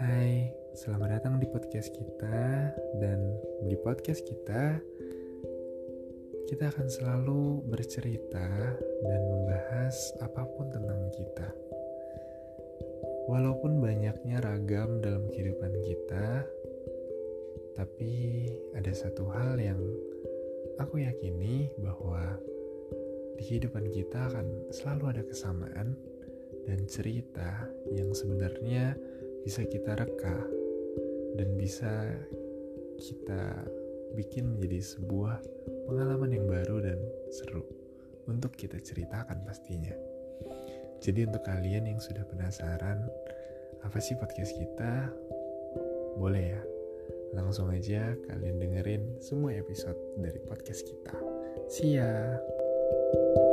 Hai, selamat datang di podcast kita. Dan di podcast kita akan selalu bercerita dan membahas apapun tentang kita. Walaupun banyaknya ragam dalam kehidupan kita, tapi ada satu hal yang aku yakini bahwa di kehidupan kita akan selalu ada kesamaan dan cerita yang sebenarnya bisa kita reka dan bisa kita bikin menjadi sebuah pengalaman yang baru dan seru untuk kita ceritakan pastinya. Jadi untuk kalian yang sudah penasaran apa sih podcast kita, boleh ya, langsung aja kalian dengerin semua episode dari podcast kita. See ya.